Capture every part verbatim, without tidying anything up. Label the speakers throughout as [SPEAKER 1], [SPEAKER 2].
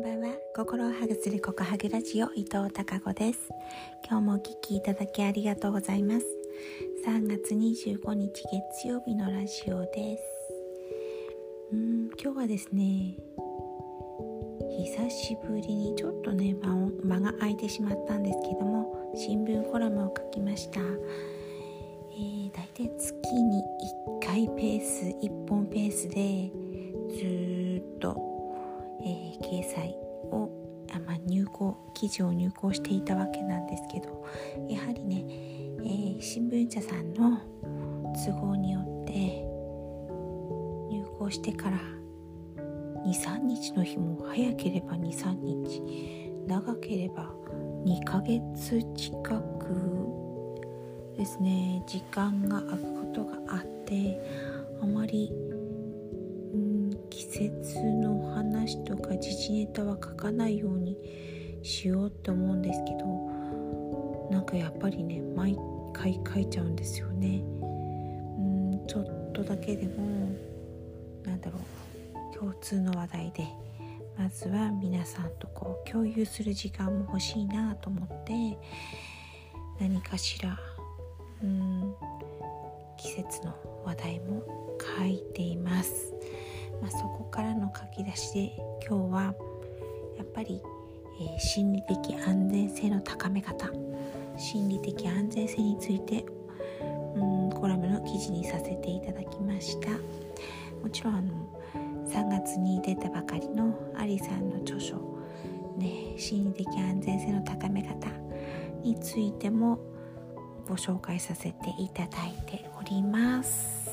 [SPEAKER 1] ばんは。心をハグするココハグラジオ、伊藤孝子です。今日もお聞きいただきありがとうございます。さんがつにじゅうごにち月曜日のラジオです。うーん今日はですね、久しぶりにちょっとね間を間が空いてしまったんですけども、新聞コラムを書きました。えー、だいたい月にいっかいペースいっぽんペースでずーっと、えー、掲載をあ、まあ、入稿記事を入稿していたわけなんですけど、やはりね、えー、新聞社さんの都合によって入稿してからにさんにちの日も、早ければにさんにち、長ければにかげつ近くですね、時間が空くことがあって、あまりうん季節の話とか時事ネタは書かないようにしようって思うんですけど、なんかやっぱりね毎回書いちゃうんですよね。うんちょっとだけでもなんだろう共通の話題でまずは皆さんとこう共有する時間も欲しいなと思って、何かしらうん季節の話題も書いています。まあ、そこからの書き出しで今日はやっぱり、えー、心理的安全性の高め方、心理的安全性についてうんコラムの記事にさせていただきました。もちろんあのさんがつに出たばかりのアリさんの著書、ね、心理的安全性の高め方についてもご紹介させていただいております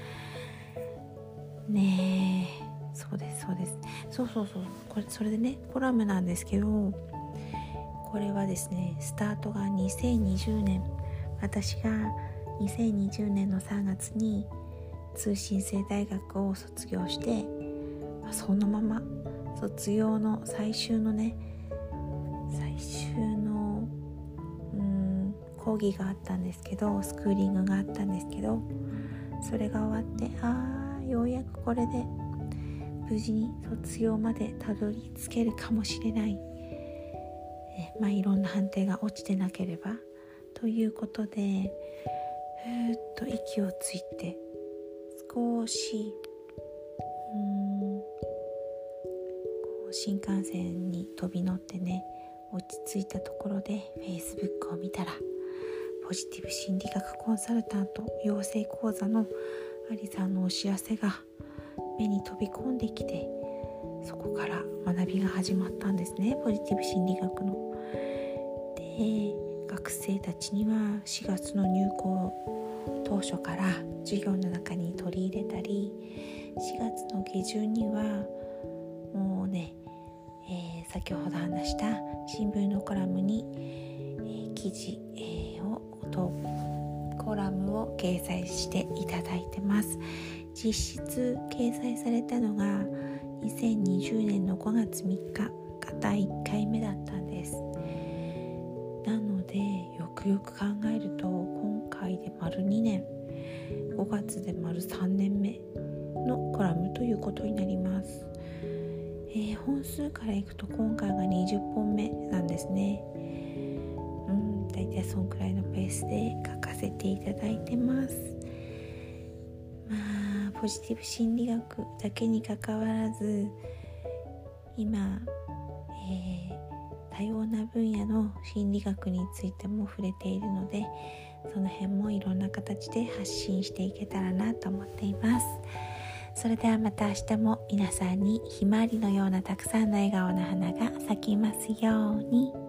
[SPEAKER 1] ね。えそうですそうですそうそうそうこれそれでねコラムなんですけど、これはですねスタートがにせんにじゅうねん、私がにせんにじゅうねんのさんがつに通信制大学を卒業して、そのまま卒業の最終のね最終のうん講義があったんですけど、スクーリングがあったんですけど、それが終わって、あーようやくこれで無事に卒業までたどり着けるかもしれない、えまあいろんな判定が落ちてなければということで、ふーっと息をついて少しうーんこう新幹線に飛び乗ってね落ち着いたところで Facebook を見たら、ポジティブ心理学コンサルタント養成講座のアリさんのお知らせが目に飛び込んできて、そこから学びが始まったんですね、ポジティブ心理学の。で、学生たちにはしがつの入校当初から授業の中に取り入れたり、しがつの下旬にはもうね、えー、先ほど話した新聞のコラムに、えー、記事、えー、をとコラムを掲載していただいてます。実質掲載されたのがにせんにじゅうねんのごがつみっかがだいいっかいめだったんです。なのでよくよく考えると今回で丸にねん、ごがつで丸さんねんめのコラムということになります。えー、本数からいくと今回がにじゅっぽんめなんですね。うん、だいたいそんくらいのペースで書かせていただいてます。まあポジティブ心理学だけにかかわらず、今、えー、多様な分野の心理学についても触れているので、その辺もいろんな形で発信していけたらなと思っています。それではまた明日も皆さんにひまわりのようなたくさんの笑顔の花が咲きますように。